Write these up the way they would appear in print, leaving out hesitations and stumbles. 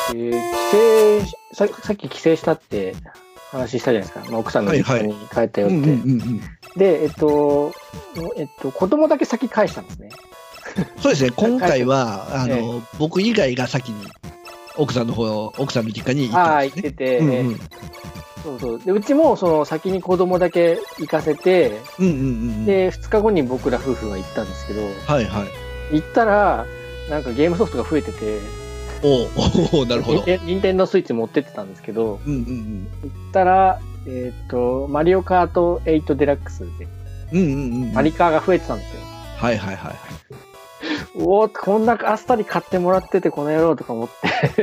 さっき帰省したって話したじゃないですか。まあ、奥さんの実家に帰ったよって。 うんうんうんうん、 で、子供だけ先返したんですね。 そうですね、今回は僕以外が先に奥さんの実家に行ったんですね。 行ってて、そうそう。で、うちもその先に子供だけ行かせて、で、2日後に僕ら夫婦が行ったんですけど、 はいはい。 行ったら、なんかゲームソフトが増えてて、 おなるほど。 任天堂スイッチ持ってってたんですけど、 うんうんうん、 行ったら、マリオカート8デラックスで、マリカーが増えてたんですよ。 はいはいはい。 おお、こんなあっさり買ってもらっててこの野郎とか思って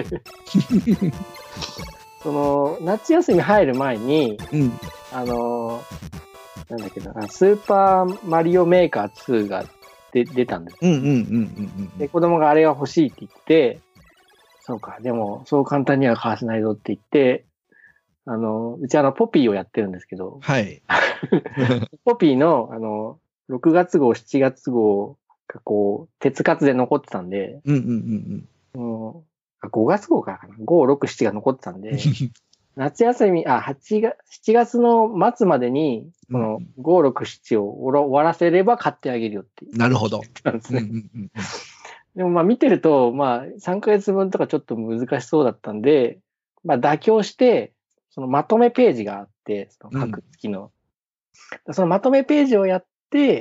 その夏休み入る前に、なんだっけな、スーパーマリオメーカー2が出たんです。で、子供があれが欲しいって言って、そうか、でもそう簡単には買わせないぞって言って、うちポピーをやってるんですけど、 はい。 ポピーの6月号、7月号がこう、鉄活で残ってたんで、5月号からかな、5、6、7が残ってたんで、夏休み、7月の末までに、この5、6、7を終わらせれば買ってあげるよっていう。 なるほど。 でもまあ見てると、まあ3ヶ月分とかちょっと難しそうだったんで、まあ妥協して、そのまとめページがあって、その各月の。そのまとめページをやって、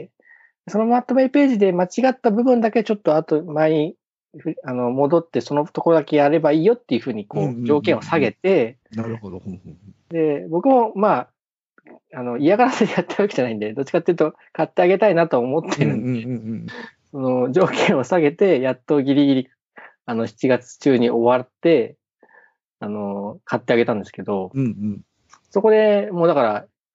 そのまとめページで間違った部分だけちょっと前に戻ってそのところだけやればいいよっていうふうにこう条件を下げて、 なるほど。 で、僕もまあ、嫌がらせでやってるわけじゃないんで、どっちかっていうと買ってあげたいなと思ってるんで、その条件を下げて、やっとギリギリ、7月中に終わって、買ってあげたんですけど、そこでもうだから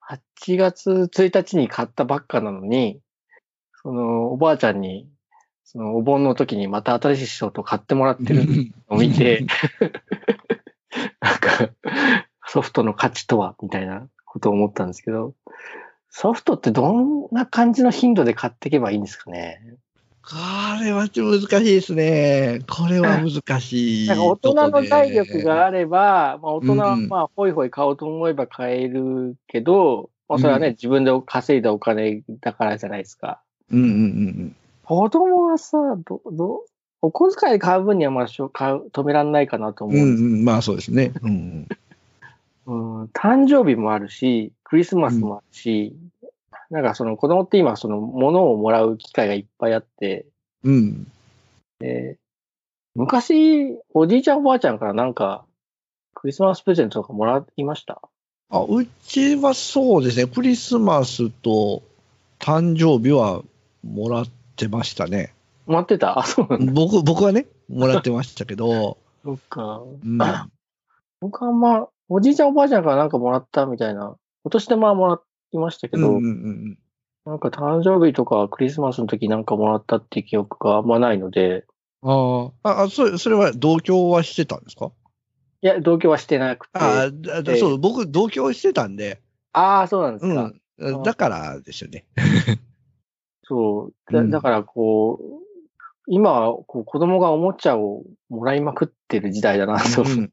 、8月1日に買ったばっかなのに、おばあちゃんに、お盆の時にまた新しいショート買ってもらってるのを見て、なんか、ソフトの価値とは、みたいなことを思ったんですけど、ソフトってどんな感じの頻度で買っていけばいいんですかね。 これは難しいですね。これは難しい。 なんか大人の財力があれば、まあ大人はまあホイホイ買おうと思えば買えるけど、まあそれはね、自分で稼いだお金だからじゃないですか。子供はさ、お小遣い買う分にはまあ止めらんないかなと思うんです。 まあそうですね。 誕生日もあるし、クリスマスもあるし、なんか子供って今物をもらう機会がいっぱいあって、昔、おじいちゃんおばあちゃんからなんか、クリスマスプレゼントとかもらいました？ うちはそうですね、クリスマスと誕生日はもらってましたね。 もらってた？そうなんだ。 僕はね、もらってましたけど。 そっか。僕はまあ、おじいちゃんおばあちゃんからなんかもらったみたいな、お年玉もらいましたけど、なんか誕生日とかクリスマスの時なんかもらったっていう記憶があんまないので。 それは同居はしてたんですか？ いや、同居はしてなくて。 そう、僕同居してたんで。 そうなんですか。 だからですよね。 そう。だからこう、今はこう子供がおもちゃをもらいまくってる時代だなと思って。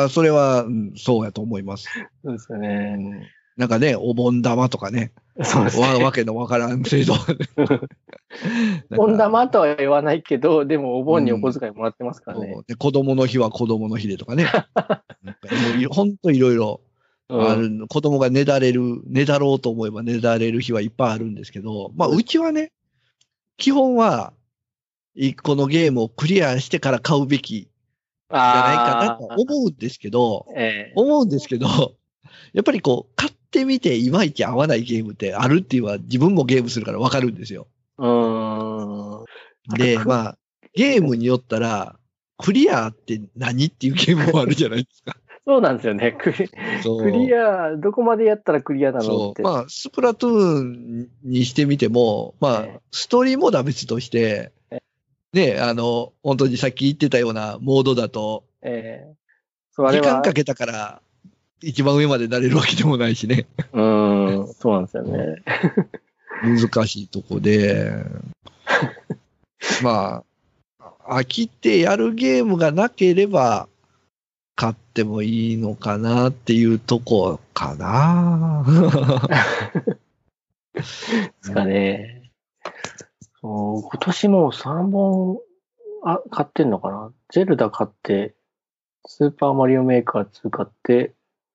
それは、そうやと思います。 そうですよね。 なんかね、お盆玉とかね。 そうですね。 わけのわからん制度。 お盆玉とは言わないけど、でもお盆にお小遣いもらってますからね。 子供の日は子供の日でとかね。本当いろいろ。子供がねだろうと思えばねだれる日はいっぱいあるんですけど、まあ、うちはね、基本は、一個のゲームをクリアしてから買うべきじゃないかなと思うんですけど、やっぱりこう、買ってみていまいち合わないゲームってあるっていうのは自分もゲームするからわかるんですよ。で、まあ、ゲームによったら、クリアって何っていうゲームもあるじゃないですか。 そうなんですよね。クリア、どこまでやったらクリアなのって。 まあ、スプラトゥーンにしてみても、まあ、ストーリーモードは別として、ね、本当にさっき言ってたようなモードだと、時間かけたから一番上までなれるわけでもないしね。 そうなんですよね。 難しいとこで、まあ、飽きてやるゲームがなければ、 買ってもいいのかなっていうとこかな。 ですかね。今年もう3本買ってんのかな。ゼルダ買って、スーパーマリオメーカー2買って、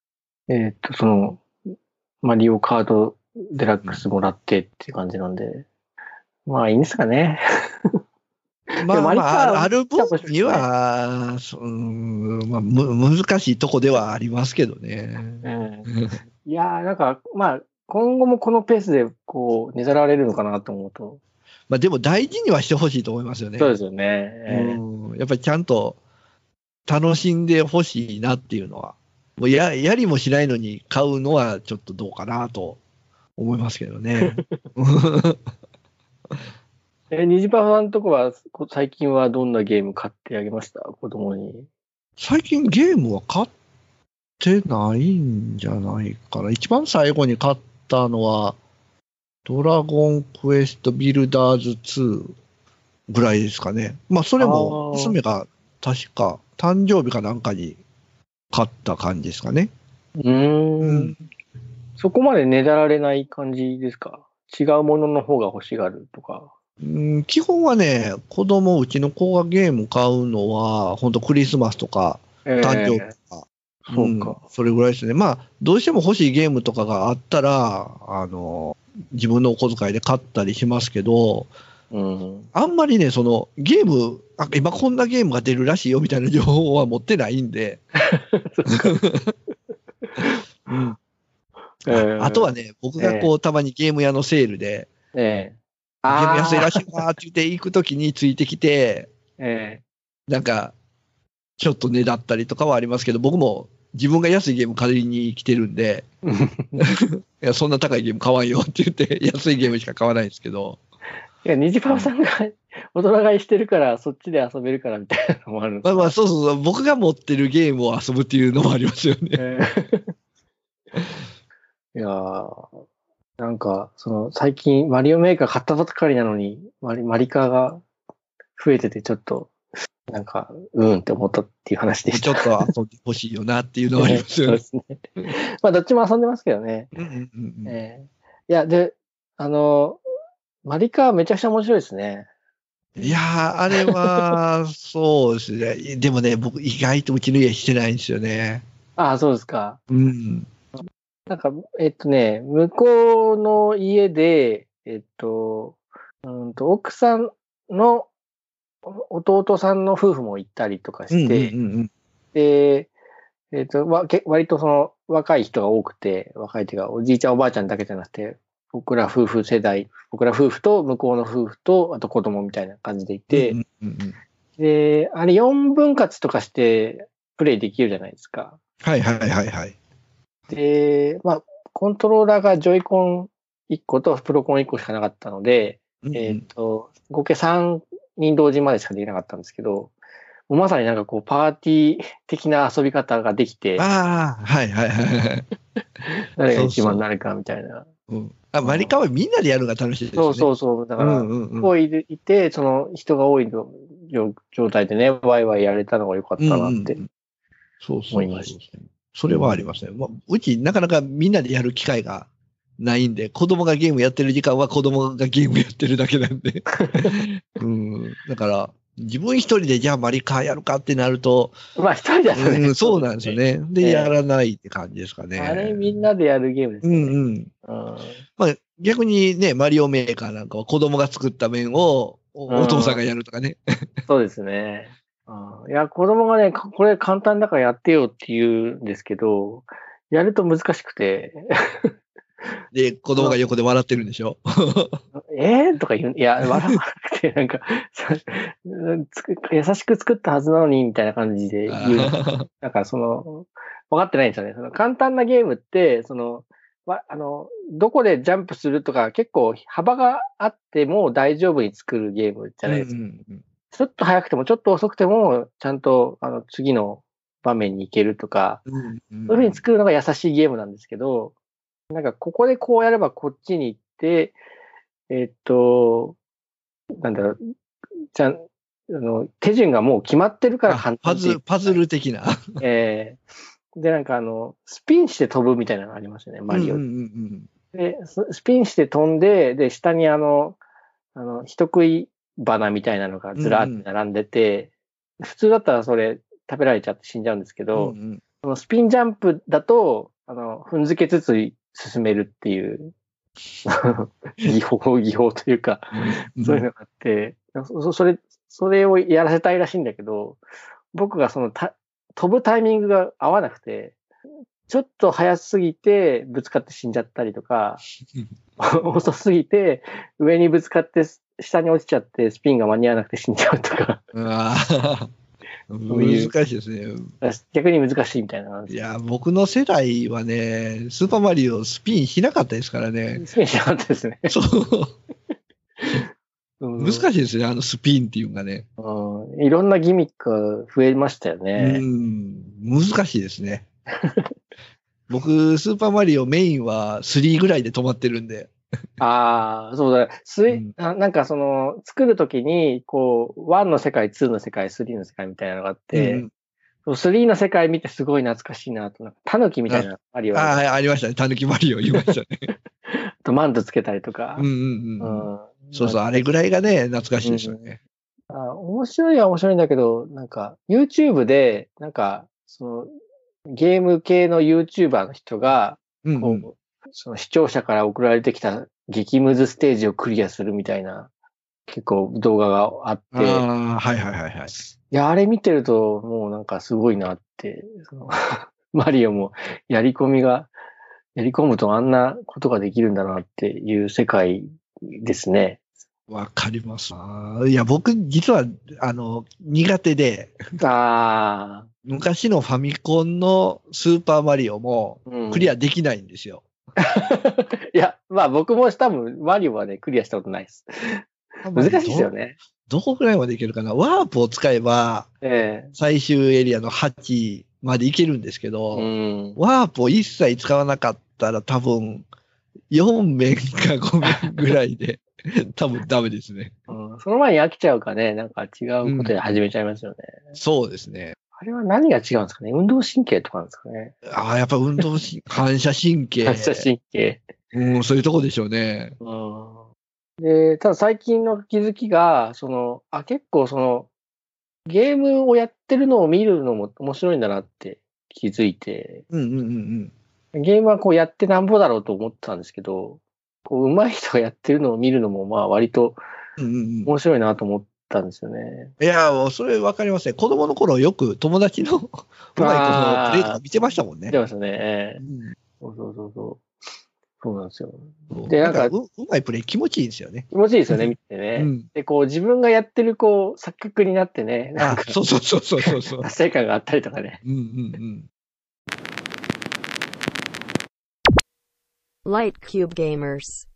マリオカードデラックスもらってっていう感じなんで、まあいいんですかね。 まあまあ、ある分には、難しいとこではありますけどね。 いやー、なんか、まあ、今後もこのペースで、こう、ねだられるのかなと思うと。 まあでも大事にはしてほしいと思いますよね。 そうですよね。 やっぱりちゃんと楽しんでほしいなっていうのは。もうやりもしないのに買うのはちょっとどうかなと思いますけどね。 ニジパパさんとこは、最近はどんなゲーム買ってあげました子供に。 最近ゲームは買ってないんじゃないかな。一番最後に買ったのは、ドラゴンクエストビルダーズ2ぐらいですかね。まあ、それも娘が確か誕生日かなんかに買った感じですかね。 そこまでねだられない感じですか？違うものの方が欲しがるとか。 基本はね、うちの子がゲーム買うのは、本当クリスマスとか、誕生日とか、 そうか。 それぐらいですね。まあ、どうしても欲しいゲームとかがあったら、自分のお小遣いで買ったりしますけど、あんまりね、ゲーム、今こんなゲームが出るらしいよみたいな情報は持ってないんで。あとはね、僕がたまにゲーム屋のセールで、ゲーム安いらしいわって言って行くときについてきて、なんか、ちょっとねだったりとかはありますけど、僕も自分が安いゲーム借りに来てるんで、いや、そんな高いゲーム買わんよって言って、安いゲームしか買わないんですけど。 いや、ニジパパさんが大人買いしてるから、そっちで遊べるからみたいなのもあるんですか？ まあ、そう、僕が持ってるゲームを遊ぶっていうのもありますよね。 いやー、なんか、最近マリオメーカー買ったばっかりなのに、マリカーが増えてて、ちょっと、なんか、って思ったっていう話でした。 ちょっと遊んでほしいよなっていうのはありますよね。 そうですね。まあ、どっちも遊んでますけどね。いや、で、マリカーめちゃくちゃ面白いですね。 いやー、あれは、そうですね。でもね、僕意外とうちの家してないんですよね。 ああ、そうですか。なんか、向こうの家で、奥さんの弟さんの夫婦も行ったりとかして、で、割と若い人が多くて、若いっていうか、おじいちゃんおばあちゃんだけじゃなくて、僕ら夫婦と向こうの夫婦と、あと子供みたいな感じでいて、で、あれ4分割とかしてプレイできるじゃないですか。 はい。 で、まあ、コントローラーがジョイコン1個とプロコン1個しかなかったので、合計3人同時までしかできなかったんですけど、もうまさになんかこう、パーティー的な遊び方ができて、 はい。 誰が一番になるかみたいな。 マリカはみんなでやるのが楽しいですね。 そう。だから、いて、その人が多い状態でね、ワイワイやれたのが良かったなって思いました。 それはありますね。うちなかなかみんなでやる機会がないんで、子供がゲームやってる時間は子供がゲームやってるだけなんで。だから、自分一人でじゃあマリカーやるかってなると、 まあ一人だとね。 そうなんですよね。で、やらないって感じですかね。 あれみんなでやるゲームですね。 まあ逆にね、マリオメーカーなんかは子供が作った面をお父さんがやるとかね。 そうですね。いや、子供がね、これ簡単だからやってよって言うんですけど、やると難しくて。 で、子供が横で笑ってるんでしょとか言う、いや、笑わなくて、なんか、優しく作ったはずなのに、みたいな感じで言う。なんか分かってないんですよね。簡単なゲームって、どこでジャンプするとか、結構幅があっても大丈夫に作るゲームじゃないですか。ちょっと早くても、ちょっと遅くても、ちゃんと、次の場面に行けるとか、そういうふうに作るのが優しいゲームなんですけど、なんか、ここでこうやればこっちに行って、なんだろう、 手順がもう決まってるから簡単パズル的な。 で、なんかスピンして飛ぶみたいなのがありましたね、マリオ。で、スピンして飛んで、で、下に人食い花みたいなのがずらーって並んでて、普通だったらそれ食べられちゃって死んじゃうんですけど、そのスピンジャンプだと、踏んづけつつ進めるっていう、技法というか、そういうのがあって、それをやらせたいらしいんだけど、僕が飛ぶタイミングが合わなくて、ちょっと早すぎてぶつかって死んじゃったりとか、遅すぎて上にぶつかって下に落ちちゃってスピンが間に合わなくて死んじゃうとか。 難しいですね。 逆に難しいみたいな。 いや、僕の世代はね、スーパーマリオスピンしなかったですからね。 スピンしなかったですね。 そう。難しいですね、スピンっていうのがね。 いろんなギミックが増えましたよね。 難しいですね。僕、スーパーマリオメインは3ぐらいで止まってるんで。 そうだ。なんか作るときに、こう、1の世界、2の世界、3の世界みたいなのがあって、3の世界見てすごい懐かしいなと、タヌキみたいなマリオ。 ありましたね。タヌキマリオ言いましたね。 とマントつけたりとか。 そうそう、あれぐらいがね、懐かしいですよね。 面白いは面白いんだけど、なんか、YouTube で、なんか、ゲーム系の YouTuber の人が、その視聴者から送られてきた激ムズステージをクリアするみたいな、結構動画があって。いや、あれ見てると、もうなんかすごいなって、マリオもやり込むとあんなことができるんだなっていう世界ですね。 わかります。いや、僕、実は、苦手で、昔のファミコンのスーパーマリオもクリアできないんですよ。 いや、まあ僕も多分、マリオはね、クリアしたことないです。難しいですよね。 どこくらいまでいけるかな。ワープを使えば、最終エリアの8までいけるんですけど、ワープを一切使わなかったら多分、4面か5面ぐらいで、多分ダメですね。 その前に飽きちゃうかね、なんか違うことで始めちゃいますよね。 そうですね。 あれは何が違うんですかね。運動神経とかなんですかね。 やっぱ反射神経。 反射神経。 そういうとこでしょうね。 で、ただ最近の気づきが、結構ゲームをやってるのを見るのも面白いんだなって気づいて、ゲームはこうやってなんぼだろうと思ってたんですけど、上手い人がやってるのを見るのもまあ割と面白いなと思ったんですよね。 いや、それ分かりますね。子供の頃よく友達のうまい子のプレイとか見てましたもんね。 見てましたね。そうなんですよ。で、なんか、 うまいプレイ気持ちいいんですよね。 気持ちいいですよね、見てね。で、自分がやってる錯覚になってね。 そう。 達成感があったりとかね。 Light Cube Gamers